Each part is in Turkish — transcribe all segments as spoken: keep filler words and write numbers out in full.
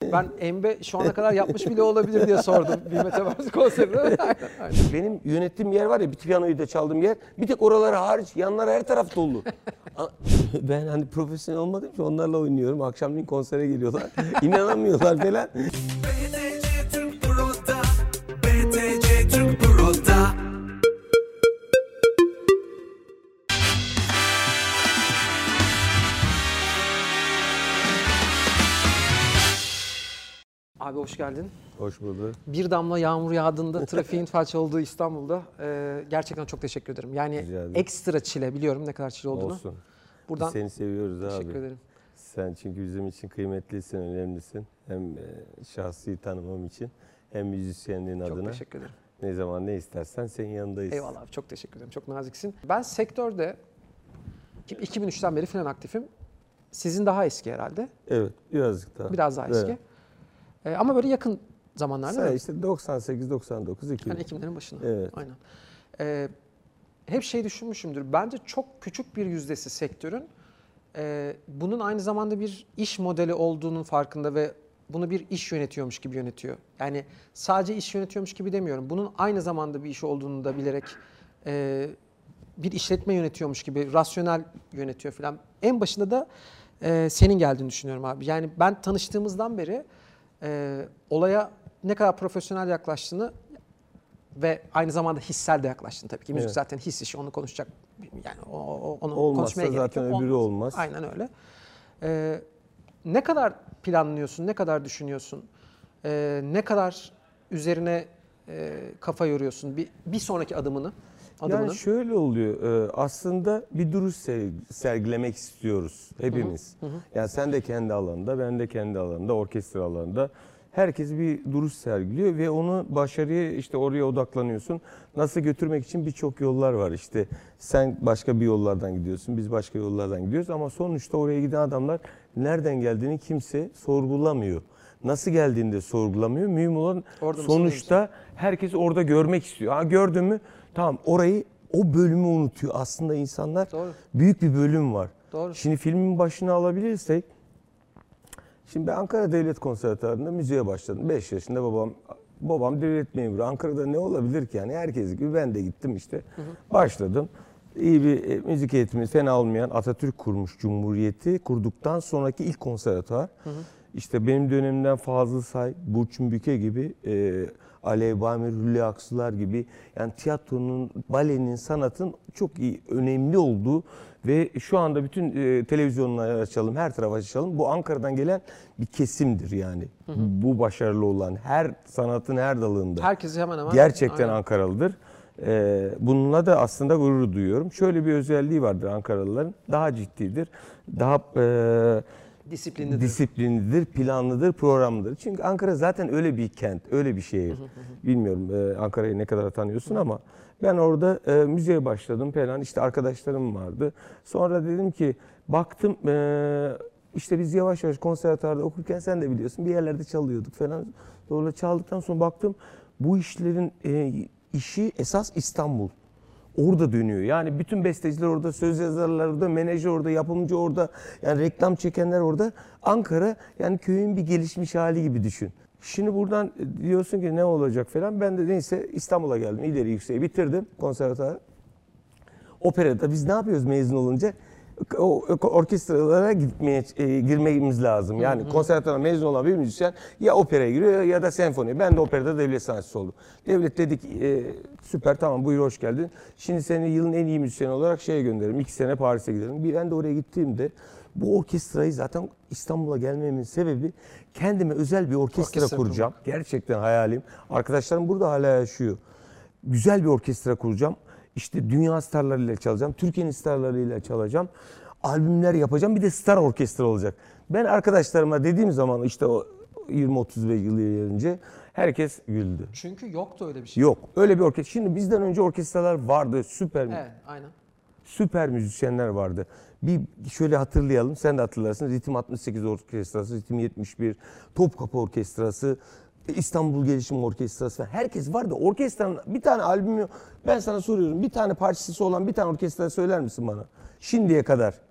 Ben Embe şu ana kadar yapmış bile olabilir diye sordum bir Metaverse konserinde. Aynen, aynen. Benim yönettiğim yer var ya, bir piyanoyu da çaldığım yer, bir tek oraları hariç yanlar her taraf dolu. Ben hani profesyonel olmadığım için onlarla oynuyorum. Akşamleyin konsere geliyorlar. İnanamıyorlar falan. B T C Türk Pro'da, B T C Türk Pro'da. Abi hoş geldin. Hoş bulduk. Bir damla yağmur yağdığında trafiğin felç olduğu İstanbul'da e, gerçekten çok teşekkür ederim. Yani ekstra çile, biliyorum ne kadar çile olduğunu. Olsun. Buradan Biz seni seviyoruz abi. teşekkür ederim. Sen çünkü bizim için kıymetlisin, önemlisin. Hem şahsi tanımam için hem müzisyenliğin Çok adına. teşekkür ederim. Ne zaman ne istersen senin yanındayız. Eyvallah abi, çok teşekkür ederim. Çok naziksin. Ben sektörde iki bin üçten beri falan aktifim. Sizin daha eski herhalde. Evet, birazcık daha. Biraz daha eski. Evet. Ee, ama böyle yakın zamanlarda. Sen işte doksan sekiz doksan dokuz iki bin. Yani iki binlerin başına. Evet. Aynen. Ee, hep şey düşünmüşümdür. Bence çok küçük bir yüzdesi sektörün e, bunun aynı zamanda bir iş modeli olduğunun farkında ve bunu bir iş yönetiyormuş gibi yönetiyor. Yani sadece iş yönetiyormuş gibi demiyorum. Bunun aynı zamanda bir iş olduğunu da bilerek e, bir işletme yönetiyormuş gibi rasyonel yönetiyor falan. En başında da e, senin geldiğini düşünüyorum abi. Yani ben tanıştığımızdan beri e, olaya ne kadar profesyonel yaklaştığını ve aynı zamanda hissel de yaklaştın tabii ki. Müzik Evet. zaten his işi, onu konuşacak, yani o, o, onu Olmazsa konuşmaya gerek yok. zaten öbürü olmaz. Aynen öyle. Ee, ne kadar planlıyorsun, ne kadar düşünüyorsun, ee, ne kadar üzerine e, kafa yoruyorsun bir, bir sonraki adımını? adımını. Yani şöyle oluyor, e, aslında bir duruş sergilemek istiyoruz hepimiz. Hı hı. Yani sen de kendi alanında, ben de kendi alanında, orkestra alanında. Herkes bir duruş sergiliyor ve onu başarıya, işte oraya odaklanıyorsun. Nasıl götürmek için birçok yollar var işte. Sen başka bir yollardan gidiyorsun, biz başka yollardan gidiyoruz ama sonuçta oraya giden adamlar nereden geldiğini kimse sorgulamıyor. Nasıl geldiğini de sorgulamıyor. Mühim olan orada sonuçta herkes orada görmek istiyor. Ha, gördün mü? Tamam, orayı, o bölümü unutuyor. Aslında insanlar, doğru, büyük bir bölüm var. Doğru. Şimdi filmin başına alabilirsek, şimdi ben Ankara Devlet Konservatuvarı'nda müziğe başladım. beş yaşında babam babam devlet memuru. Ankara'da ne olabilir ki? Yani herkes gibi ben de gittim işte. Hı hı. Başladım. İyi bir e, müzik eğitimi fena olmayan, Atatürk kurmuş Cumhuriyeti kurduktan sonraki ilk konservatuvar. Hı hı. İşte benim dönemimden Fazıl Say, Burçin Büke gibi, e, Alev Bamir, Hülya Aksular gibi, yani tiyatronun, balenin, sanatın çok iyi, önemli olduğu ve şu anda bütün e, televizyonları açalım, her tarafa açalım. Bu Ankara'dan gelen bir kesimdir yani. Hı hı. Bu başarılı olan, her sanatın her dalında. Herkes hemen hemen. Gerçekten aynen. Ankaralıdır. Ee, bununla da aslında gurur duyuyorum. Şöyle bir özelliği vardır Ankaralıların. Daha ciddidir. Daha e, disiplinlidir. disiplinlidir, planlıdır, programlıdır. Çünkü Ankara zaten öyle bir kent, öyle bir şehir. Hı hı hı. Bilmiyorum e, Ankara'yı ne kadar tanıyorsun ama ben orada e, müziğe başladım falan. İşte arkadaşlarım vardı. Sonra dedim ki, baktım e, işte biz yavaş yavaş konservatuvarda okurken, sen de biliyorsun, bir yerlerde çalıyorduk falan. Sonra çaldıktan sonra baktım bu işlerin e, işi esas İstanbul. Orada dönüyor. Yani bütün besteciler orada, söz yazarlar orada, menajer orada, yapımcı orada, yani reklam çekenler orada. Ankara yani köyün bir gelişmiş hali gibi düşün. Şimdi buradan diyorsun ki ne olacak falan. Ben de neyse İstanbul'a geldim. İleri yükseği bitirdim konservatuvarı. Operada biz ne yapıyoruz mezun olunca? O orkestralara gitmeye e, girmemiz lazım. Yani konservatuara mezun olan bir müzisyen ya operaya giriyor ya da senfoni. Ben de operada devlet sanatçısı oldum. Devlet dedi ki e, süper, tamam, buyur, hoş geldin. Şimdi seni yılın en iyi müzisyeni olarak şeye gönderelim. İki sene Paris'e gidelim. Ben de oraya gittiğimde bu orkestrayı, zaten İstanbul'a gelmemin sebebi, kendime özel bir orkestra, orkestra kuracağım. Kurmak. Gerçekten hayalim. Arkadaşlarım burada hala yaşıyor. Güzel bir orkestra kuracağım. İşte dünya starlarıyla çalacağım, Türkiye'nin starlarıyla çalacağım, albümler yapacağım, bir de star orkestra olacak. Ben arkadaşlarıma dediğim zaman, işte o yirmi otuz yıl önce, herkes güldü. Çünkü yoktu öyle bir şey. Yok, öyle bir orkestra. Şimdi bizden önce orkestralar vardı, süper. Evet, aynen. Süper müzisyenler vardı. Bir şöyle hatırlayalım, sen de hatırlarsın. Ritim altmış sekiz Orkestrası, Ritim yetmiş bir, Topkapı Orkestrası, İstanbul Gelişim Orkestrası, herkes vardı. Orkestranın bir tane albümü, ben sana soruyorum, bir tane parçası olan bir tane orkestra söyler misin bana? Şimdiye kadar.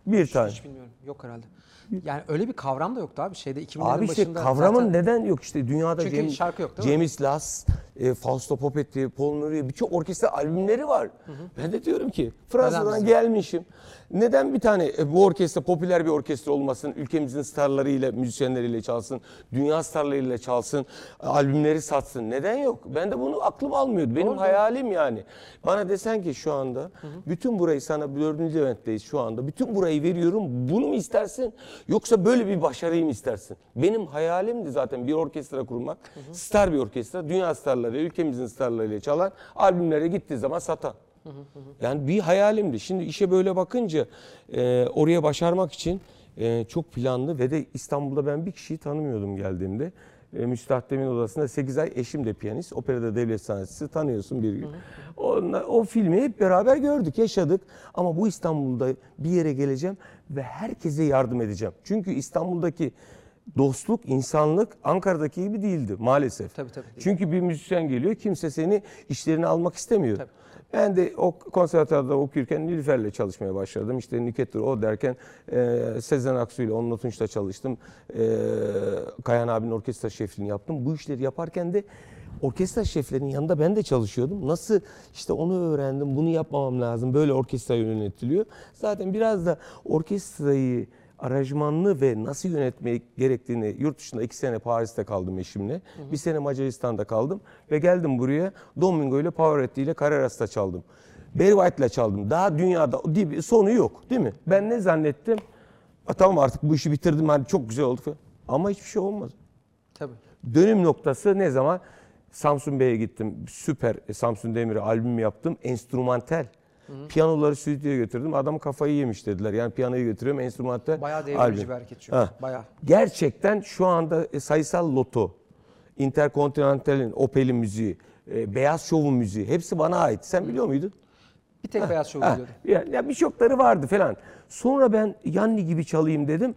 Bir Hiç, tane. hiç bilmiyorum. Yok herhalde. Yani öyle bir kavram da yoktu abi. Şeyde iki binlerin Abi işte başında kavramın zaten- neden yok işte dünyada Çünkü Cem, şarkı yok değil mi? James Last, e, Fausto Popetti, Paul Murray birçok orkestra albümleri var. Ben de diyorum ki Fransa'dan Neden gelmişim. Neden bir tane e, bu orkestra popüler bir orkestra olmasın, ülkemizin starlarıyla, müzisyenleriyle çalsın, dünya starlarıyla çalsın, albümleri satsın. Neden yok? Ben de bunu aklım almıyordu. Benim Doğru, hayalim yani. Bana desen ki şu anda bütün burayı sana dördüncü eventteyiz şu anda. Bütün burayı veriyorum. Bunu mu istersin? Yoksa böyle bir başarıyı mı istersin? Benim hayalimdi zaten bir orkestra kurmak. Star bir orkestra. Dünya starları, ülkemizin starlarıyla çalan, albümlere gittiği zaman satan. Yani bir hayalimdi. Şimdi işe böyle bakınca e, oraya başarmak için e, çok planlı ve de İstanbul'da ben bir kişiyi tanımıyordum geldiğimde. E, Müstahdem'in odasında sekiz ay eşim de piyanist. Operada devlet sanatçısı tanıyorsun bir gün. Onunla, o filmi hep beraber gördük, yaşadık. Ama bu İstanbul'da bir yere geleceğim ve herkese yardım edeceğim. Çünkü İstanbul'daki dostluk, insanlık Ankara'daki gibi değildi maalesef. Tabii, tabii, değil. Çünkü bir müzisyen geliyor, kimse seni işlerine almak istemiyor. Tabii. Ben de o konservatuarda okuyurken Nilüfer'le çalışmaya başladım. İşte Nükettir o derken e, Sezen Aksu ile Onunla Tunç'la çalıştım. E, Kayan abinin orkestra şefliğini yaptım. Bu işleri yaparken de orkestra şeflerinin yanında ben de çalışıyordum. Nasıl işte onu öğrendim, bunu yapmamam lazım. Böyle orkestra yönetiliyor. Zaten biraz da orkestrayı aranjmanlı ve nasıl yönetmek gerektiğini yurt dışında iki sene Paris'te kaldım eşimle. Hı hı. Bir sene Macaristan'da kaldım ve geldim buraya Domingo ile Pavarotti ile Carreras'ta çaldım. Barry White'la çaldım. Daha dünyada sonu yok değil mi? Ben ne zannettim? A, tamam artık bu işi bitirdim hani çok güzel oldu falan. Ama hiçbir şey olmadı. Tabii. Dönüm noktası ne zaman? Samsun Bey'e gittim. Süper Samsun Demir'i albüm yaptım. Enstrümantal. Hı-hı. Piyanoları stüdyoya götürdüm. Adam kafayı yemiş dediler. Yani piyanoyu götürüyorum enstrümantal. Bayağı devrimci albüm. bir hareket çünkü. Ha. Bayağı. Gerçekten şu anda sayısal loto, Intercontinental'in, Opel'in müziği, e, Beyaz Şov'un müziği hepsi bana ait. Sen biliyor muydun? Bir tek Ha, Beyaz Şov ha. biliyordum. Ya, ya birçokları vardı falan. Sonra ben Yanni gibi çalayım dedim.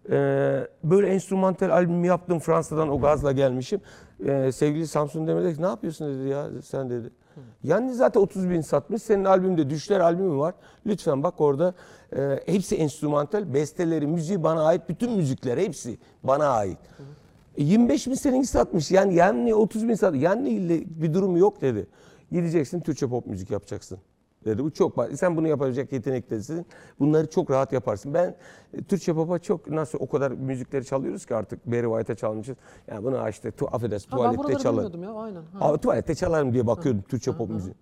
Ee, böyle enstrümantal albümü yaptım. Fransa'dan o gazla gelmişim. Ee, sevgili Samsun Demir dedi ki ne yapıyorsun dedi ya sen dedi. Yanni zaten otuz bin satmış. Senin albümde Düşler albümü var. Lütfen bak orada e, hepsi enstrümantal. Besteleri, müziği bana ait. Bütün müzikler hepsi bana ait. E, yirmi beş bin seninki satmış. Yani Yanni otuz bin satmış. Yanni ile bir durum yok dedi. Gideceksin Türkçe pop müzik yapacaksın dedi. Bu çok basit. Sen bunu yapabilecek yetenektesin. Bunları çok rahat yaparsın. Ben e, Türkçe pop'a çok nasıl o kadar müzikleri çalıyoruz ki artık Barry White'a çalmışız. Yani bunu işte tu, affedersin Ha, ben tuvalette buraları çalarım. bilmiyordum ya aynen. Ha. Abi, tuvalette çalarım diye bakıyordum Türkçe pop müziği.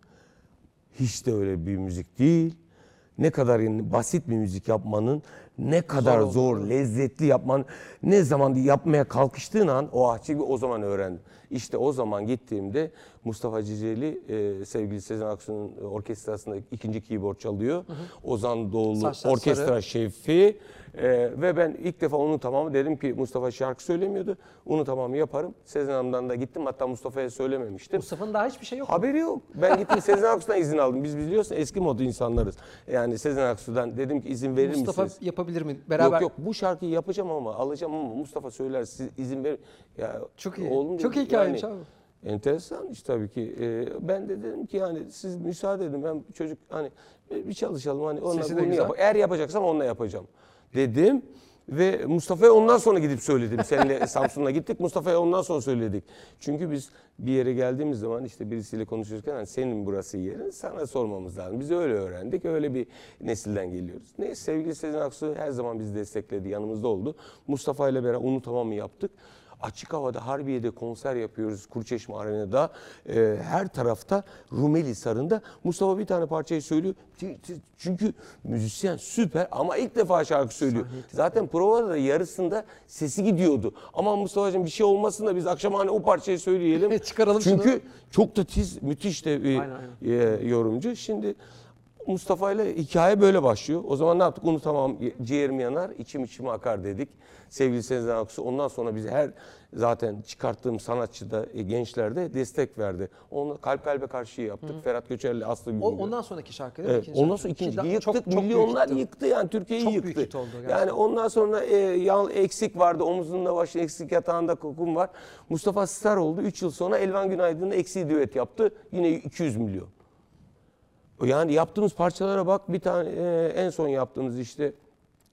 Hiç de öyle bir müzik değil. Ne kadar yani basit bir müzik yapmanın, ne kadar Zor zor, olduğunu. lezzetli yapman, ne zaman yapmaya kalkıştığın an o ahçıyı o zaman öğrendim. İşte o zaman gittiğimde Mustafa Ciceli, e, sevgili Sezen Aksu'nun orkestrasında ikinci keyboard çalıyor. Hı hı. Ozan Doğulu Saçlar orkestra sarı. şefi e, ve ben ilk defa onun tamamı dedim ki Mustafa şarkı söylemiyordu. Onu tamamı yaparım. Sezen Hanım'dan da gittim hatta Mustafa'ya söylememiştim. Mustafa'nın daha hiçbir şey yok. mu? Haberi yok. Ben gittim Sezen Aksu'dan izin aldım. Biz biliyorsun eski moda insanlarız. Yani Sezen Aksu'dan dedim ki izin verir Mustafa misiniz? yapabilir mi? Beraber. Yok yok bu şarkıyı yapacağım ama alacağım ama Mustafa söyler siz izin verin. Ya, Çok iyi. oğlum Çok dedim, iyi hikayemiş yani, abi. Enteresan iş tabii ki. Ee, ben de dedim ki yani siz müsaade edin ben çocuk hani bir çalışalım hani onunla Sesi de bunu güzel. yap. Eğer yapacaksam onunla yapacağım dedim. Ve Mustafa'ya ondan sonra gidip söyledim. Seninle Samsun'a gittik. Mustafa'ya ondan sonra söyledik. Çünkü biz bir yere geldiğimiz zaman işte birisiyle konuşurken hani senin burası yerin sana sormamız lazım. Biz öyle öğrendik. Öyle bir nesilden geliyoruz. Neyse sevgili Sezen Aksu her zaman bizi destekledi. Yanımızda oldu. Mustafa ile beraber onu tamamı yaptık. Açık havada Harbiye'de konser yapıyoruz. Kuruçeşme Arena'da. Ee, her tarafta Rumeli Hisarı'nda. Mustafa bir tane parçayı söylüyor. Çünkü müzisyen süper ama ilk defa şarkı söylüyor. Zaten provada da yarısında sesi gidiyordu. Ama Mustafa'cığım bir şey olmasın da biz akşam hani o parçayı söyleyelim. Çıkaralım Çünkü şunu. çok da tiz, müthiş de bir Aynen, aynen. e, yorumcu. Şimdi Mustafa ile hikaye böyle başlıyor. O zaman ne yaptık? Onu tamam ciğerim yanar, içim içime akar dedik. Sevgili Sezen Aksu ondan sonra bize her zaten çıkarttığım sanatçıda e, gençlerde destek verdi. Onu Kalp Kalbe Karşı'yı yaptık. Hı. Ferhat Göçer'le Aslı Güngör. O, ondan sonraki şarkı değil mi? Evet, İkinci ondan şarkı. sonra ikinci Ki da- yıktık, çok- çok büyük milyonlar hitti. yıktı yani Türkiye'yi Çok yıktı. büyük hit oldu gerçekten. Yani ondan sonra e, yan, eksik vardı, omuzunda başı eksik yatağında kokum var. Mustafa star oldu. üç yıl sonra Elvan Günaydın'la eksiği düet yaptı. Yine iki yüz milyon. Yani yaptığımız parçalara bak bir tane e, en son yaptığımız işte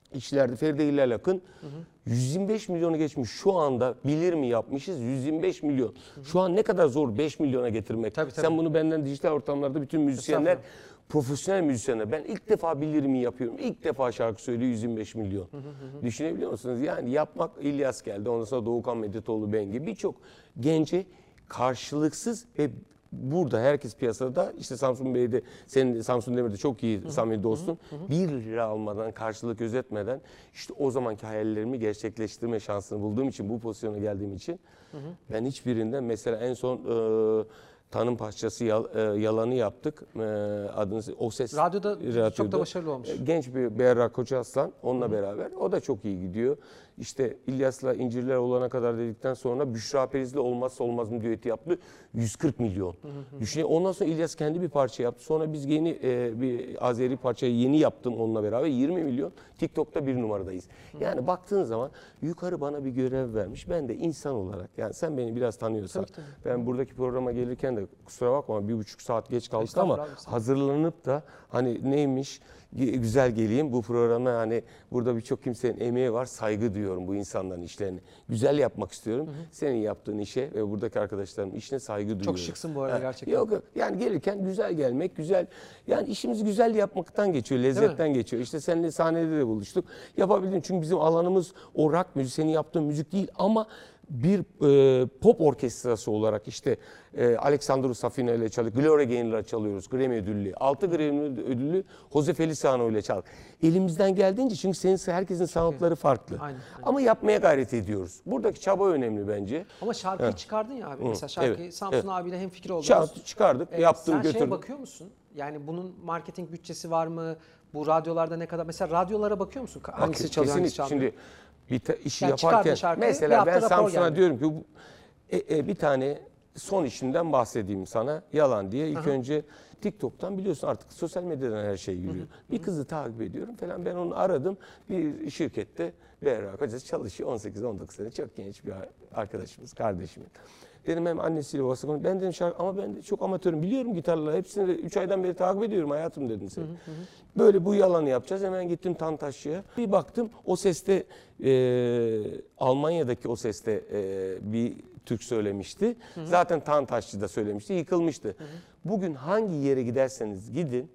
işlerdi. Feride İller Akın yüz yirmi beş milyonu geçmiş. Şu anda bilir mi yapmışız? yüz yirmi beş milyon. Şu an ne kadar zor beş milyona getirmek. Tabii, tabii. Sen bunu benden dijital ortamlarda bütün müzisyenler, profesyonel müzisyenler. Ben ilk defa bilir mi yapıyorum. İlk defa şarkı söylüyor yüz yirmi beş milyon. Düşünebiliyor musunuz? Yani yapmak, İlyas geldi. Ondan sonra Doğukan Medetoğlu, ben gibi birçok gence karşılıksız ve burada herkes piyasada, işte Samsun Bey'de, senin Samsun Demir'de çok iyi samimi dostun. Bir lira almadan, karşılık gözetmeden işte o zamanki hayallerimi gerçekleştirme şansını bulduğum için, bu pozisyona geldiğim için ben hiçbirinden, mesela en son e, Tanım Parçası yal, e, yalanı yaptık. E, adını O Ses Radyoda, radyoda. çok da başarılı olmuş. E, Genç bir Berra Koca Aslan onunla Hı-hı. beraber. O da çok iyi gidiyor. İşte İlyas'la İncirler olana kadar dedikten sonra Büşra Periz'le olmazsa olmaz mı düeti yaptı. yüz kırk milyon. Düşünün. Ondan sonra İlyas kendi bir parça yaptı. Sonra biz yeni e, bir Azeri parçayı yeni yaptım onunla beraber. yirmi milyon. TikTok'ta bir numaradayız. Hı-hı. Yani baktığın zaman yukarı bana bir görev vermiş. Ben de insan olarak, yani sen beni biraz tanıyorsan, tabii, tabii. ben buradaki programa gelirken de kusura bakma bir buçuk saat geç kaldık ama hazırlanıp da hani neymiş, güzel geleyim bu programa, hani burada birçok kimsenin emeği var, saygı duyuyorum bu insanların işlerini. Güzel yapmak istiyorum. Hı hı. Senin yaptığın işe ve buradaki arkadaşlarımın işine saygı duyuyorum. Çok şıksın bu arada ha, gerçekten. Yok yok, yani gelirken güzel gelmek, güzel, yani işimizi güzel yapmaktan geçiyor, lezzetten geçiyor. İşte seninle sahnede de buluştuk. Yapabildim çünkü bizim alanımız o rock müzik, senin yaptığın müzik değil ama bir e, pop orkestrası olarak işte e, Alexandru Safina ile çalıyoruz, Gloria Gaynor'la çalıyoruz, Grammy ödüllü, altı Grammy ödüllü Jose Feliciano ile çaldık. Elimizden geldiğince, çünkü senin herkesin soundları farklı. Aynen, aynen. Ama yapmaya gayret ediyoruz. Buradaki çaba önemli bence. Ama şarkıyı evet. çıkardın ya abi. Hı. Mesela şarkıyı evet. Samsun evet. abiyle hemfikir oldunuz. Şarkı çıkardık, ee, yaptım, sen götürdüm. Sen şeye bakıyor musun? Yani bunun marketing bütçesi var mı? Bu radyolarda ne kadar? Mesela radyolara bakıyor musun? Hangisi Bak, çalıyor, hangisi çalmıyor? Şimdi bir ta, işi yani yaparken şarkıyı, mesela ben Samsun'a geldi. diyorum ki e, e, bir tane son işimden bahsedeyim sana, yalan diye. İlk Aha. önce TikTok'tan biliyorsun artık sosyal medyadan her şey yürüyor. Hı hı. Bir kızı takip ediyorum falan, ben onu aradım. Bir şirkette Berra Kocası çalışıyor, on sekiz on dokuz sene, çok genç bir arkadaşımız, kardeşimiz. Dedim hem annesiyle babası konuşuyor. Ben dedim şarkı, ama ben de çok amatörüm, biliyorum gitarla, hepsini üç aydan beri takip ediyorum hayatım dedim seni. Hı hı hı. Böyle bu yalanı yapacağız. Hemen gittim Tantaşçı'ya. Bir baktım o seste e, Almanya'daki o seste e, bir Türk söylemişti. Hı hı. Zaten Tantaşçı'da söylemişti, yıkılmıştı. Hı hı. Bugün hangi yere giderseniz gidin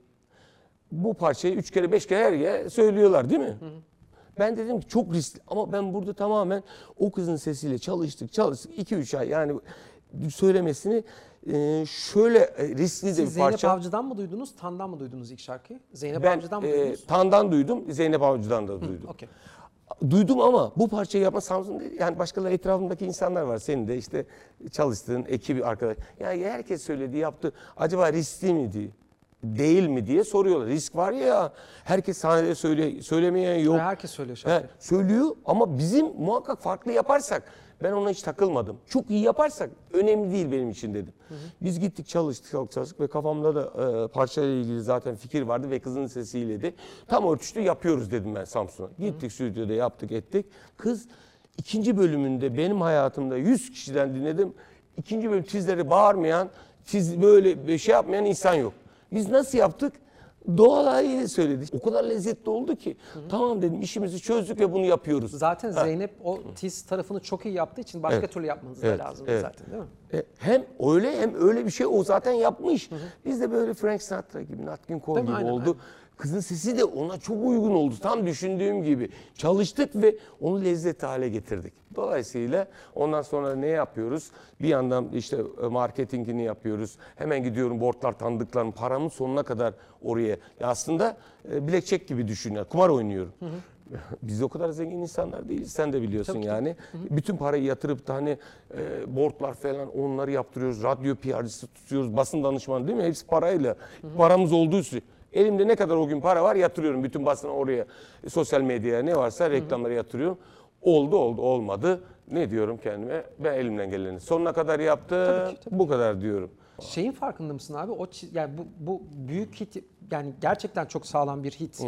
bu parçayı üç kere beş kere her yere söylüyorlar değil mi? Hı hı. Ben dedim ki çok riskli, ama ben burada tamamen o kızın sesiyle çalıştık çalıştık iki üç ay, yani söylemesini e, şöyle riskli de bir Siz parça. Zeynep Avcı'dan mı duydunuz, Tan'dan mı duydunuz ilk şarkıyı? Zeynep ben, Avcı'dan mı e, duydunuz? Tan'dan duydum, Zeynep Avcı'dan da duydum. Hı, okay. Duydum ama bu parçayı yapma Samsun'da, yani başkaları, etrafımdaki insanlar var, senin de işte çalıştığın ekibi, arkadaş. Yani herkes söyledi, yaptı. Acaba riskli miydi? Değil mi diye soruyorlar. Risk var ya, herkes sahnede söyle, söylemeyen yok. Herkes söylüyor şarkıyı. He, söylüyor ama bizim muhakkak farklı yaparsak, ben ona hiç takılmadım. Çok iyi yaparsak önemli değil benim için dedim. Hı hı. Biz gittik çalıştık çalıştık ve kafamda da e, parçayla ilgili zaten fikir vardı ve kızın sesiyle de tam örtüştü, yapıyoruz dedim ben Samsun'a. Gittik, hı hı. stüdyoda yaptık ettik. Kız ikinci bölümünde benim hayatımda yüz kişiden dinledim. İkinci bölüm tizleri bağırmayan, tiz böyle bir şey yapmayan insan yok. Biz nasıl yaptık? Doğal haliyle söyledik. O kadar lezzetli oldu ki. Hı hı. Tamam dedim, işimizi çözdük ve bunu yapıyoruz. Zaten ha. Zeynep o tiz tarafını çok iyi yaptığı için başka evet. türlü yapmanız evet. da lazım evet. zaten değil mi? E, hem öyle hem öyle bir şey o zaten yapmış. Hı hı. Biz de böyle Frank Sinatra gibi, Nat King Cole gibi aynen, oldu. Aynen. Kızın sesi de ona çok uygun oldu. Tam düşündüğüm gibi. Çalıştık ve onu lezzetli hale getirdik. Dolayısıyla ondan sonra ne yapıyoruz? Bir yandan işte marketingini yapıyoruz. Hemen gidiyorum boardlar, tanıdıklarım, paramın sonuna kadar oraya. Ya aslında blackjack gibi düşün ya. Kumar oynuyorum. Hı hı. Biz o kadar zengin insanlar değiliz. Sen de biliyorsun tabii, yani. Tabii. Bütün parayı yatırıp da hani e, boardlar falan onları yaptırıyoruz. Radyo P R'cısı tutuyoruz. Basın danışmanı değil mi? Hepsi parayla. Hı hı. Paramız olduğu sürece. Elimde ne kadar o gün para var yatırıyorum. Bütün basına oraya, sosyal medyaya ne varsa reklamlara yatırıyorum. Oldu oldu olmadı. Ne diyorum kendime? Ben elimden geleni sonuna kadar yaptım. Tabii ki, tabii. Bu kadar diyorum. Şeyin farkında mısın abi? O yani bu, bu büyük hit, yani gerçekten çok sağlam bir hit. Hı.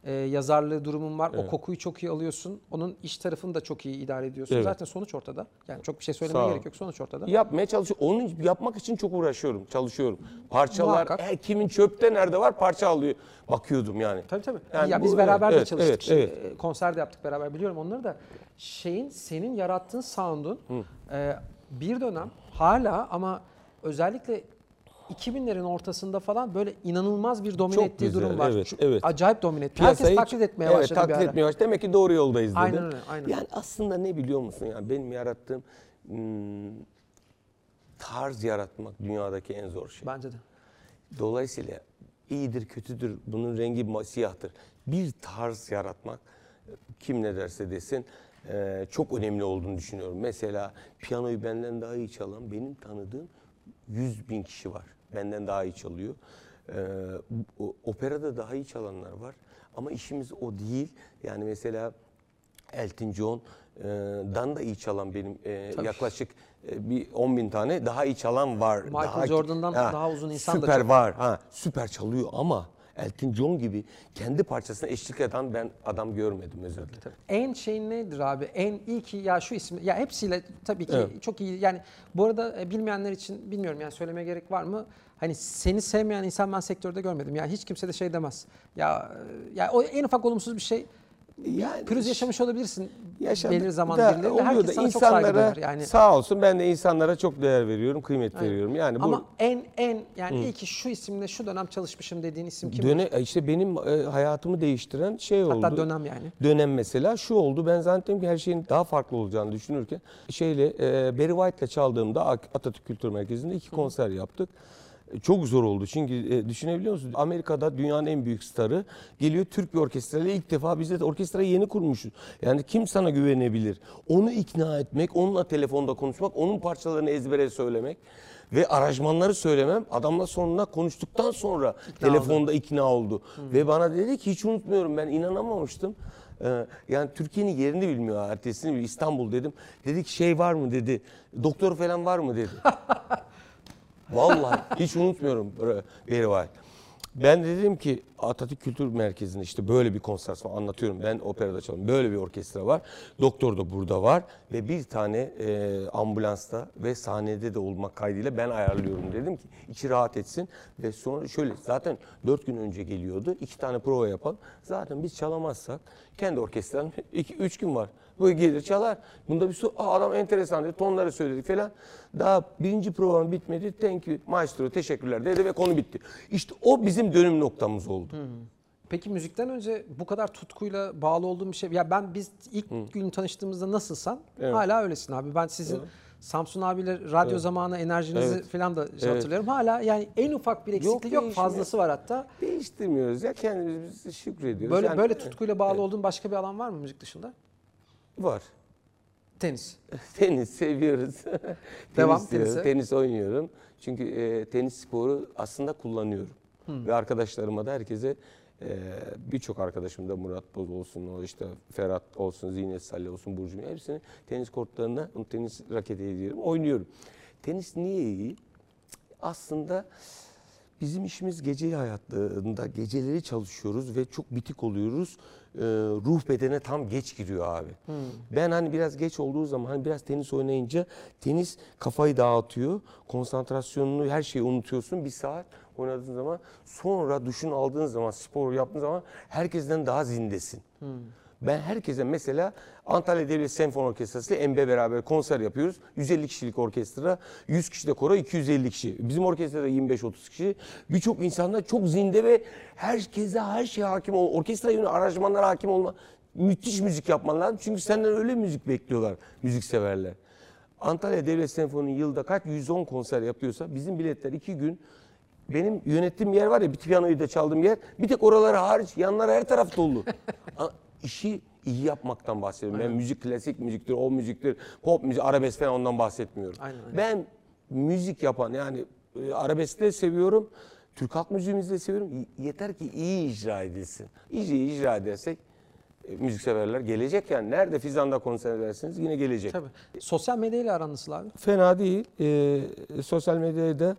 e, yazarlığı durumun var. Evet. O kokuyu çok iyi alıyorsun. Onun iş tarafını da çok iyi idare ediyorsun. Evet. Zaten sonuç ortada. Yani çok bir şey Sağ söylemeye ol. gerek yok. Sonuç ortada. Yapmaya çalışıyorum. Onu yapmak için çok uğraşıyorum, çalışıyorum. Parçalar, Muhakkak. e, kimin çöpte nerede var parça alıyor. Bakıyordum yani. Tabii tabii. Yani ya bu- biz beraber evet, de çalıştık. evet, Şimdi, evet. e, Konser de yaptık beraber, biliyorum onları da. Şeyin, senin yarattığın sound'un e, bir dönem hala ama özellikle iki binlerin ortasında falan böyle inanılmaz bir domine Çok ettiği güzel, durum var. evet, Şu- evet. Acayip domine etti. Piyasayı Herkes taklit etmeye evet, başladı bir taklit ara. etmeye başladı. Demek ki doğru yoldayız dedim. Aynen öyle, aynen. Yani aslında ne biliyor musun? Yani benim yarattığım hmm, tarz yaratmak dünyadaki en zor şey. Bence de. Dolayısıyla iyidir, kötüdür, bunun rengi ma- siyahtır. Bir tarz yaratmak, kim ne derse desin, e, çok önemli olduğunu düşünüyorum. Mesela piyanoyu benden daha iyi çalan, benim tanıdığım yüz bin kişi var. Benden daha iyi çalıyor. E, o- operada daha iyi çalanlar var. Ama işimiz o değil. Yani mesela Elton John'dan da iyi çalan benim e, Tabii. yaklaşık e, bir on bin tane daha iyi çalan var. Michael daha, Jordan'dan daha uzun insan da süper çok. var. Ha, süper çalıyor ama Elton John gibi kendi parçasına eşlik eden ben adam görmedim özellikle. En şey nedir abi? En iyi ki ya şu ismi, ya hepsiyle tabii ki Evet. çok iyi. Yani bu arada e, bilmeyenler için bilmiyorum, yani söylemeye gerek var mı? Hani seni sevmeyen insan ben sektörde görmedim. Yani hiç kimse de şey demez. Ya e, ya o en ufak olumsuz bir şey. Yani Pürüz yaşamış olabilirsin Yaşadık belirli zaman da birileri ve oluyor herkes da sana çok saygı insanlara duyar. Yani sağ olsun ben de insanlara çok değer veriyorum, kıymet veriyorum. Yani bu ama en en yani iyi ki şu isimle şu dönem çalışmışım dediğin isim kim? döne işte benim e, hayatımı değiştiren şey oldu. Hatta dönem yani. Dönem mesela şu oldu. Ben zannettim ki her şeyin daha farklı olacağını düşünürken şeyle e, Barry White'la çaldığımda Atatürk Kültür Merkezi'nde iki konser yaptık. E, Çok zor oldu çünkü e, düşünebiliyor musunuz? Amerika'da dünyanın en büyük starı geliyor Türk bir orkestrayla, ilk defa biz de orkestrayı yeni kurmuşuz. Yani kim sana güvenebilir? Onu ikna etmek, onunla telefonda konuşmak, onun parçalarını ezbere söylemek ve aranjmanları söylemem. Adamla sonuna konuştuktan sonra telefonda ikna oldu. Ve bana dedi ki hiç unutmuyorum, ben inanamamıştım. Ee, yani Türkiye'nin yerini bilmiyor. Ertesini bilmiyor. İstanbul dedim. Dedi ki şey var mı dedi. Doktor falan var mı dedi. Vallahi hiç unutmuyorum Barry White. Ben de dedim ki Atatürk Kültür Merkezi'nde işte böyle bir konser var, anlatıyorum. Ben operada çalıyorum. Böyle bir orkestra var. Doktor da burada var ve bir tane e, ambulansta ve sahnede de olmak kaydıyla ben ayarlıyorum dedim ki içi rahat etsin. Ve sonra şöyle, zaten dört gün önce geliyordu. İki tane prova yapalım. Zaten biz çalamazsak kendi orkestranın iki üç gün var. Bu gelir çalar. Bunda bir su, Aa, adam enteresan dedi. Tonları söyledik falan. Daha birinci program bitmedi. Thank you maestro, teşekkürler dedi ve konu bitti. İşte o bizim dönüm noktamız oldu. Peki müzikten önce bu kadar tutkuyla bağlı olduğum bir şey. Ya ben biz ilk gün tanıştığımızda nasılsan Evet. hala öylesin abi. Ben sizin Samsun abiyle radyo zamanı enerjinizi Evet. falan da şey Evet. hatırlıyorum. Hala yani en ufak bir eksiklik yok, değişmiyor. fazlası var hatta. Değiştirmiyoruz ya, kendimizi şükrediyoruz. Böyle Yani- böyle tutkuyla bağlı olduğun başka bir alan var mı müzik dışında? Var. Tenis. Tenis seviyoruz. Devam, tenis, seviyorum. tenise. Tenis oynuyorum. Çünkü e, tenis sporu aslında kullanıyorum. Ve arkadaşlarıma da, herkese, e, birçok arkadaşım da, Murat Boz olsun, o işte Ferhat olsun, Zinet Salih olsun, Burcu, hepsini tenis kortlarına tenis raketi ediyorum, oynuyorum. Tenis niye iyi? Aslında bizim işimiz gece hayatlarında, geceleri çalışıyoruz ve çok bitik oluyoruz. Ee, ruh bedene tam geç giriyor abi. Ben hani biraz geç olduğu zaman, hani biraz tenis oynayınca tenis kafayı dağıtıyor. Konsantrasyonunu, her şeyi unutuyorsun. Bir saat oynadığın zaman, sonra duşunu aldığın zaman, spor yaptığın zaman herkesten daha zindesin. Ben herkese mesela Antalya Devlet Senfoni Orkestrası ile Embe beraber konser yapıyoruz. yüz elli kişilik orkestra, yüz kişi de koro, iki yüz elli kişi. Bizim orkestrada yirmi beş otuz kişi. Birçok insanlar çok zinde ve herkese her şeye hakim ol. Orkestra yönü, aranjmanlara hakim olma. Müthiş müzik yapman lazım. Çünkü senden öyle müzik bekliyorlar müzikseverler. Antalya Devlet Senfoni yılda kaç yüz on konser yapıyorsa bizim biletler iki gün. Benim yönettiğim yer var ya, bir piyanoyu da çaldığım yer, bir tek oraları hariç yanlar her taraf dolu. A- İşi iyi yapmaktan bahsediyorum. Ben müzik, klasik müziktir, o müziktir, pop müzik, arabesk falan, ondan bahsetmiyorum. Aynen, aynen. Ben müzik yapan, yani e, arabesk de seviyorum, Türk halk müziğimizi de seviyorum. Y- Yeter ki iyi icra edilsin. İyi icra edersek e, müzikseverler gelecek yani. Nerede Fizan'da konser edersiniz yine gelecek. Tabii. Sosyal medyayla aran nasıl abi? Fena değil. Ee, sosyal medyada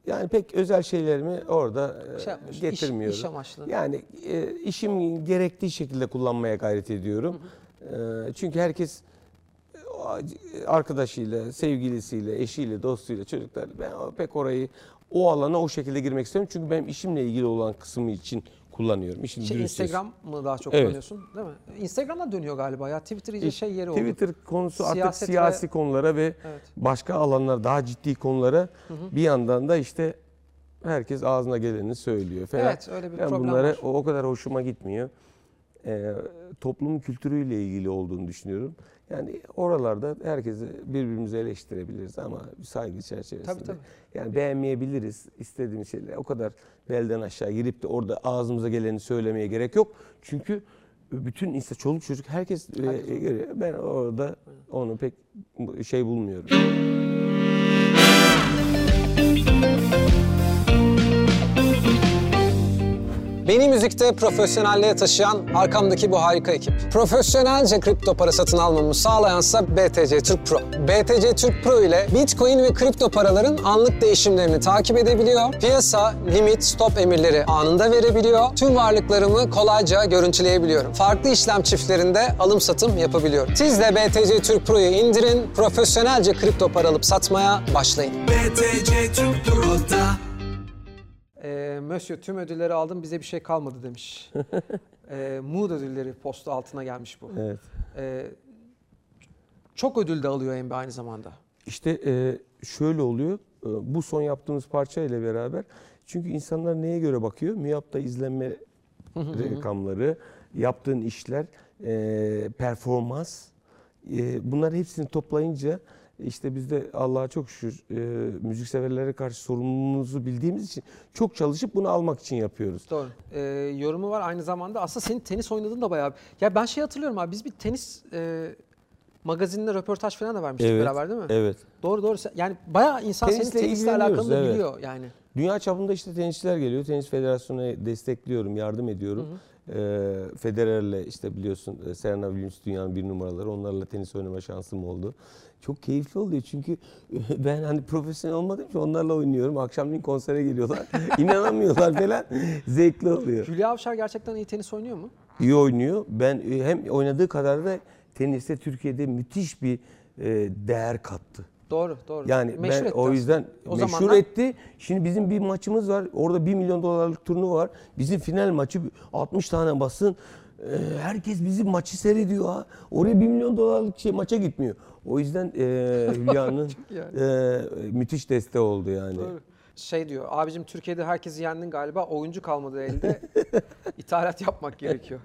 Yani pek özel şeylerimi orada e, Şey yapmış, iş- getirmiyorum. iş amaçlı. Yani e, işim gerektiği şekilde kullanmaya gayret ediyorum. E, çünkü herkes e, o arkadaşıyla, sevgilisiyle, eşiyle, dostuyla, çocuklar ben o- pek orayı o alana o şekilde girmek istiyorum. Çünkü benim işimle ilgili olan kısmı için kullanıyorum. İşin Şey, dürüstçesi. Instagram mı daha çok Evet. kullanıyorsun değil mi? Instagram'dan dönüyor galiba ya. Twitter iyice şey yeri oldu. Twitter konusu artık Siyaset ve- siyasi konulara ve Evet. başka alanlar, daha ciddi konulara bir yandan da işte herkes ağzına geleni söylüyor falan. Evet, öyle bir Ben problem bunlara var. o, o kadar hoşuma gitmiyor. Ee, toplumun kültürüyle ilgili olduğunu düşünüyorum. Yani oralarda herkesi birbirimizi eleştirebiliriz ama bir saygı çerçevesinde. Tabii, tabii. Yani beğenmeyebiliriz istediğimiz şeyler. O kadar belden aşağı girip de orada ağzımıza geleni söylemeye gerek yok. Çünkü bütün insan, çoluk çocuk herkes, e, Herkes e, görüyor. Ben orada onu pek şey bulmuyorum. Beni müzikte profesyonelliğe taşıyan arkamdaki bu harika ekip. Profesyonelce kripto para satın almamı sağlayansa B T C Türk Pro. B T C Türk Pro ile Bitcoin ve kripto paraların anlık değişimlerini takip edebiliyor. Piyasa, limit, stop emirleri anında verebiliyor. Tüm varlıklarımı kolayca görüntüleyebiliyorum. Farklı işlem çiftlerinde alım satım yapabiliyorum. Siz de B T C Türk Pro'yu indirin, profesyonelce kripto para alıp satmaya başlayın. B T C Türk Pro'da. Ee, Monsieur tüm ödülleri aldım bize bir şey kalmadı demiş. ee, Mood ödülleri postu altına gelmiş bu. Evet. Ee, çok ödül de alıyor Embe aynı zamanda. İşte e, şöyle oluyor. E, bu son yaptığımız parça ile beraber. Çünkü insanlar neye göre bakıyor? MÜYAP'ta izlenme rakamları, yaptığın işler, e, performans. E, bunların hepsini toplayınca işte biz de Allah'a çok şükür e, müzikseverlere karşı sorumluluğumuzu bildiğimiz için çok çalışıp bunu almak için yapıyoruz. Doğru. Ee, yorumu var aynı zamanda. Aslında senin tenis oynadığın da bayağı. Ya ben şey hatırlıyorum abi biz bir tenis e, magazininde röportaj falan da vermiştik Evet, beraber değil mi? evet. Doğru doğru. Sen- Yani bayağı insan Tenisle senin tenisle ilgileniyoruz, alakalı da evet. biliyor yani. Dünya çapında işte tenisçiler geliyor. Tenis Federasyonu'na destekliyorum, yardım ediyorum. Ee, Federer'le işte biliyorsun Serena Williams dünyanın bir numaraları. Onlarla tenis oynama şansım oldu. Çok keyifli oluyor çünkü ben hani profesyonel olmadığım için onlarla oynuyorum. Akşamleyin konsere geliyorlar. İnanamıyorlar falan. Zevkli oluyor. Hülya Avşar gerçekten iyi tenis oynuyor mu? İyi oynuyor. Ben hem oynadığı kadar da teniste Türkiye'de müthiş bir e, değer kattı. Doğru doğru. Yani Meşhur ben etti o aslında. yüzden O meşhur zamanlar- etti. Şimdi bizim bir maçımız var. Orada bir milyon dolarlık turnuva var. Bizim final maçı altmış tane basın. Ee, herkes bizim maçı seyrediyor ha. Oraya bir milyon dolarlık şey maça gitmiyor. O yüzden e, Hülya'nın iyi e, müthiş desteği oldu yani. Doğru. Şey diyor, abicim Türkiye'de herkesi yendin galiba, oyuncu kalmadı elde. İthalat yapmak gerekiyor.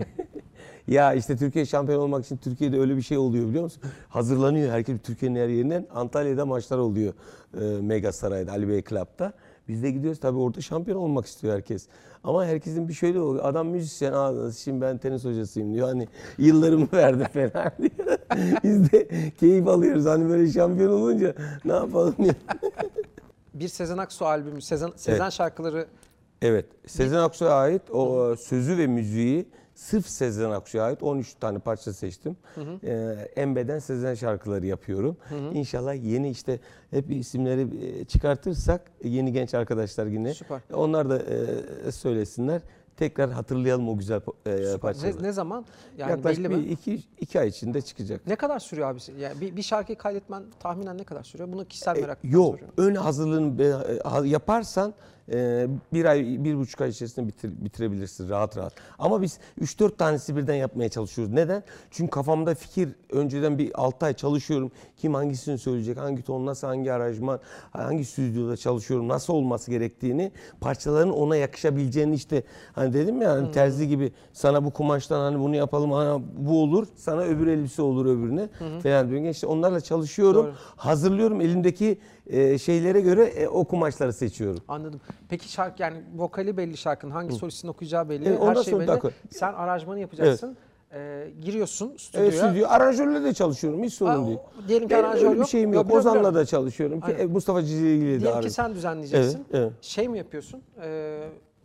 Ya işte Türkiye şampiyon olmak için Türkiye'de öyle bir şey oluyor biliyor musun? Hazırlanıyor herkes Türkiye'nin her yerinden. Antalya'da maçlar oluyor e, Mega Saray'da, Ali Bey Club'da. Biz de gidiyoruz tabii orada şampiyon olmak istiyor herkes. Ama herkesin bir şöyle oluyor. Adam müzisyen, aa şimdi ben tenis hocasıyım diyor. Hani yıllarımı verdi falan diyor. Biz de keyif alıyoruz. Hani böyle şampiyon olunca ne yapalım diyor. Bir Sezen Aksu albümü, Sezen, Sezen Evet. şarkıları Evet. Sezen Aksu'ya ait o sözü ve müziği sırf Sezen Aksu'ya ait on üç tane parça seçtim. Ee, Embe'den Sezen şarkıları yapıyorum. İnşallah yeni işte hep isimleri e, çıkartırsak yeni genç arkadaşlar yine. Süper. Onlar da e, söylesinler. Tekrar hatırlayalım o güzel e, parçaları. ne, ne zaman? Yani Yaklaşık belli bir mi? iki, iki ay içinde çıkacak. Ne kadar sürüyor abi? Yani bir, bir şarkıyı kaydetmen tahminen ne kadar sürüyor? Bunu kişisel E, meraktan Yok, soruyorum. ön hazırlığını be- ha- yaparsan e, bir ay, bir buçuk ay içerisinde bitir, bitirebilirsin rahat rahat. Ama biz üç dört tanesi birden yapmaya çalışıyoruz. Neden? Çünkü kafamda fikir, önceden bir altı ay çalışıyorum. Kim hangisini söyleyecek, hangi ton, nasıl, hangi aranjman, hangi stüdyoda çalışıyorum, nasıl olması gerektiğini, parçaların ona yakışabileceğini işte hani dedim ya hani terzi gibi sana bu kumaştan hani bunu yapalım, hani bu olur, sana öbür elbise olur öbürüne falan diyorum. İşte onlarla çalışıyorum, Doğru. hazırlıyorum elimdeki e, şeylere göre e, o kumaşları seçiyorum. Anladım. Peki şarkı yani vokali belli şarkının, hangi solistin okuyacağı belli, Evet, her ondan şey sonra belli. dakika. Sen aranjmanı yapacaksın. Ee, giriyorsun stüdyoya. Evet, stüdyo aranjörle de çalışıyorum, hiç sorun Aa, değil. o- diyelim ki Benim aranjör öyle bir yok. şeyim Yok, yok. biliyorum, Ozan'la biliyorum. da çalışıyorum. Ki, Aynen. e, Mustafa Cicili ile de Diyelim ki aranjör. sen düzenleyeceksin. Evet, evet. Şey mi yapıyorsun? Ee,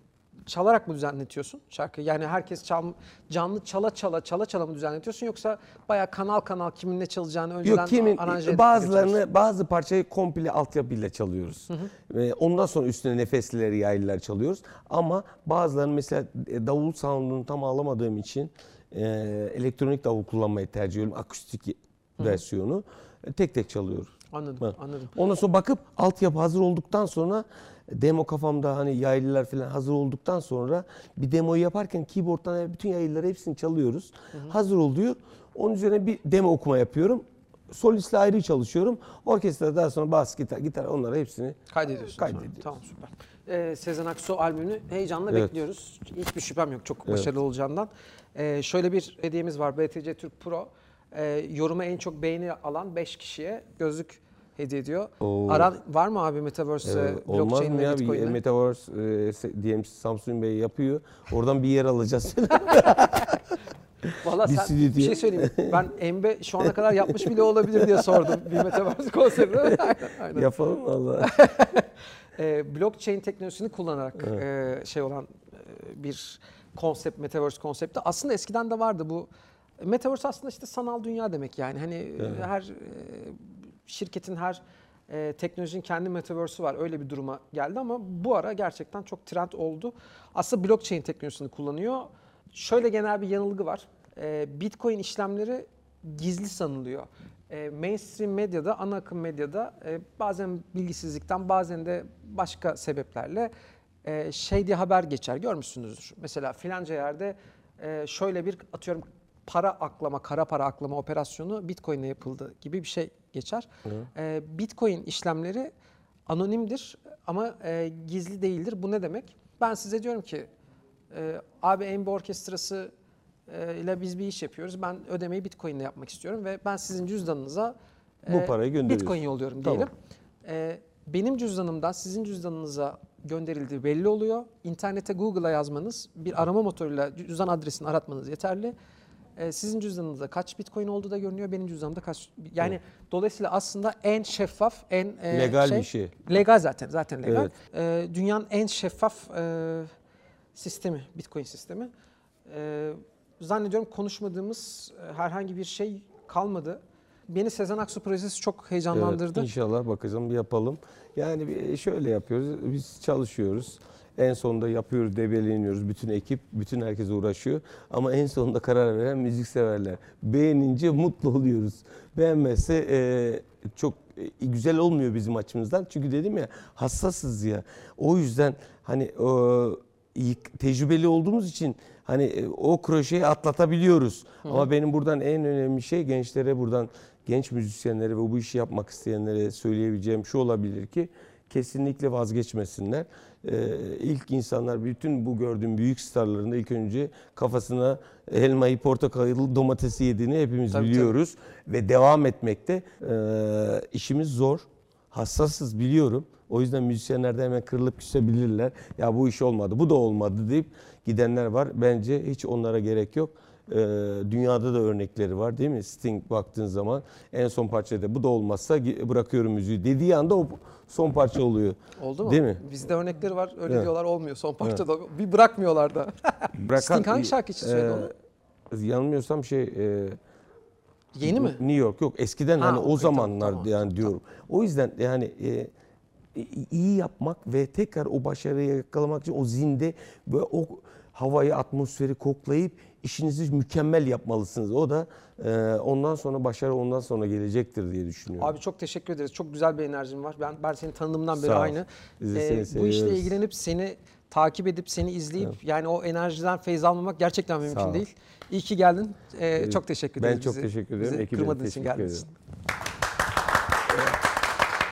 çalarak mı düzenletiyorsun şarkıyı? Yani herkes çal, canlı çala çala çala çala mı düzenletiyorsun yoksa bayağı kanal kanal kimin ne çalacağını önceden Yok kimin aranje edip bazılarını götürüyorsun? bazı parçayı komple altyapıyla çalıyoruz. Ve ondan sonra üstüne nefeslileri yaylılar çalıyoruz. Ama bazılarını mesela e, davul sound'unu tam alamadığım için e, elektronik davul kullanmayı tercih ediyorum. Akustik versiyonu e, tek tek çalıyoruz. Anladım, Ha. anladım. Ondan sonra bakıp altyapı hazır olduktan sonra demo kafamda hani yaylılar falan hazır olduktan sonra bir demoyu yaparken keyboard'dan bütün yaylıları hepsini çalıyoruz. Hı hı. Hazır oluyor. Onun üzerine bir demo okuma yapıyorum. Solistle ayrı çalışıyorum. Orkestrada daha sonra bas, gitar, gitar onları hepsini Kaydediyorsun. kaydediyoruz. Tamam, süper. Ee, Sezen Aksu albümünü heyecanla Evet. bekliyoruz. Hiçbir şüphem yok çok Evet. başarılı olacağından. Ee, şöyle bir hediyemiz var. B T C Türk Pro. Ee, yoruma en çok beğeni alan beş kişiye gözlük hediye ediyor. Oo. Aran var mı abi Metaverse, Ee, olmaz blockchain mı ve ya? Bir Bitcoin'le? Metaverse e, D M C Samsun Bey yapıyor. Oradan bir yer alacağız. Valla bir sen stüdyo. bir şey söyleyeyim. Ben Embe şu ana kadar yapmış bile olabilir diye sordum bir Metaverse konseri. Aynen, aynen. Yapalım valla. Ee, blockchain teknolojisini kullanarak e, şey olan e, bir konsept, Metaverse konsepti. Aslında eskiden de vardı bu. Metaverse aslında işte sanal dünya demek yani. Hani Evet. her e, şirketin, her e, teknolojinin kendi Metaverse'ü var. Öyle bir duruma geldi ama bu ara gerçekten çok trend oldu. Aslında blockchain teknolojisini kullanıyor. Şöyle genel bir yanılgı var. E, Bitcoin işlemleri gizli sanılıyor. E, mainstream medyada, ana akım medyada e, bazen bilgisizlikten bazen de başka sebeplerle e, şey diye haber geçer. Görmüşsünüzdür. Mesela filanca yerde e, şöyle bir atıyorum para aklama, kara para aklama operasyonu Bitcoin ile yapıldı gibi bir şey geçer. E, Bitcoin işlemleri anonimdir ama e, gizli değildir. Bu ne demek? Ben size diyorum ki e, abi Embe Orkestrası e, ile biz bir iş yapıyoruz. Ben ödemeyi Bitcoin ile yapmak istiyorum ve ben sizin cüzdanınıza Bu parayı gönderiyorsun. Bitcoin yolluyorum Tamam. diyelim. E, benim cüzdanımdan sizin cüzdanınıza gönderildiği belli oluyor. İnternete Google'a yazmanız, bir arama motoruyla cüzdan adresini aratmanız yeterli. E, sizin cüzdanınızda kaç Bitcoin olduğu da görünüyor, benim cüzdanımda kaç. Yani dolayısıyla aslında en şeffaf, en e, Legal bir şey. Legal zaten, zaten legal. Evet. E, dünyanın en şeffaf e, sistemi, Bitcoin sistemi. E, zannediyorum konuşmadığımız e, herhangi bir şey kalmadı. Beni Sezen Aksu projesi çok heyecanlandırdı. Evet, inşallah bakacağım bir yapalım. Yani bir- şöyle yapıyoruz. Biz çalışıyoruz. En sonunda yapıyoruz, debeleniyoruz. Bütün ekip, bütün herkes uğraşıyor. Ama en sonunda karar veren müzikseverler. Beğenince mutlu oluyoruz. Beğenmezse e, çok e, güzel olmuyor bizim açımızdan. Çünkü dedim ya hassasız ya. O yüzden hani o, iyi- tecrübeli olduğumuz için hani e, o kroşeyi atlatabiliyoruz. Hı. Ama benim buradan en önemli şey gençlere buradan genç müzisyenlere ve bu işi yapmak isteyenlere söyleyebileceğim şu olabilir ki kesinlikle vazgeçmesinler. Ee, ilk insanlar bütün bu gördüğüm büyük starların da ilk önce kafasına elmayı, portakalı, domatesi yediğini hepimiz Tabii, biliyoruz. Ve devam etmekte. Ee, işimiz zor. Hassasız biliyorum. O yüzden müzisyenler de hemen kırılıp küsebilirler. Ya bu iş olmadı, bu da olmadı deyip gidenler var. Bence hiç onlara gerek yok. Ee, dünyada da örnekleri var değil mi? Sting baktığın zaman en son parçada bu da olmazsa gi- bırakıyorum müziği dediği anda o son parça oluyor. Oldu mu? Değil mi? Bizde örnekleri var. Öyle Evet. diyorlar olmuyor. Son parçada bir bırakmıyorlar da. Bırakan- Sting hangi şarkı için söyledi onu? Ee, yanılmıyorsam şey e, Yeni mi? New York yok eskiden Ha, hani okey, o zamanlar tamam, tamam, yani tamam, diyorum. O yüzden yani e, iyi yapmak ve tekrar o başarıyı yakalamak için o zinde ve o havayı, atmosferi koklayıp işinizi mükemmel yapmalısınız. O da e, ondan sonra başarı ondan sonra gelecektir diye düşünüyorum. Abi çok teşekkür ederiz. Çok güzel bir enerjin var. Ben ben seni tanıdığımdan beri Sağ ol. aynı. Biz de Ee, seni bu işle seviyoruz. ilgilenip seni takip edip seni izleyip yani o enerjiden feyz almamak gerçekten Sağ mümkün ol. değil. İyi ki geldin. Ee, çok teşekkür ederiz. Ben çok bizi- teşekkür ederim. bizi Ekibe kırmadığın için teşekkür geldin. ederim.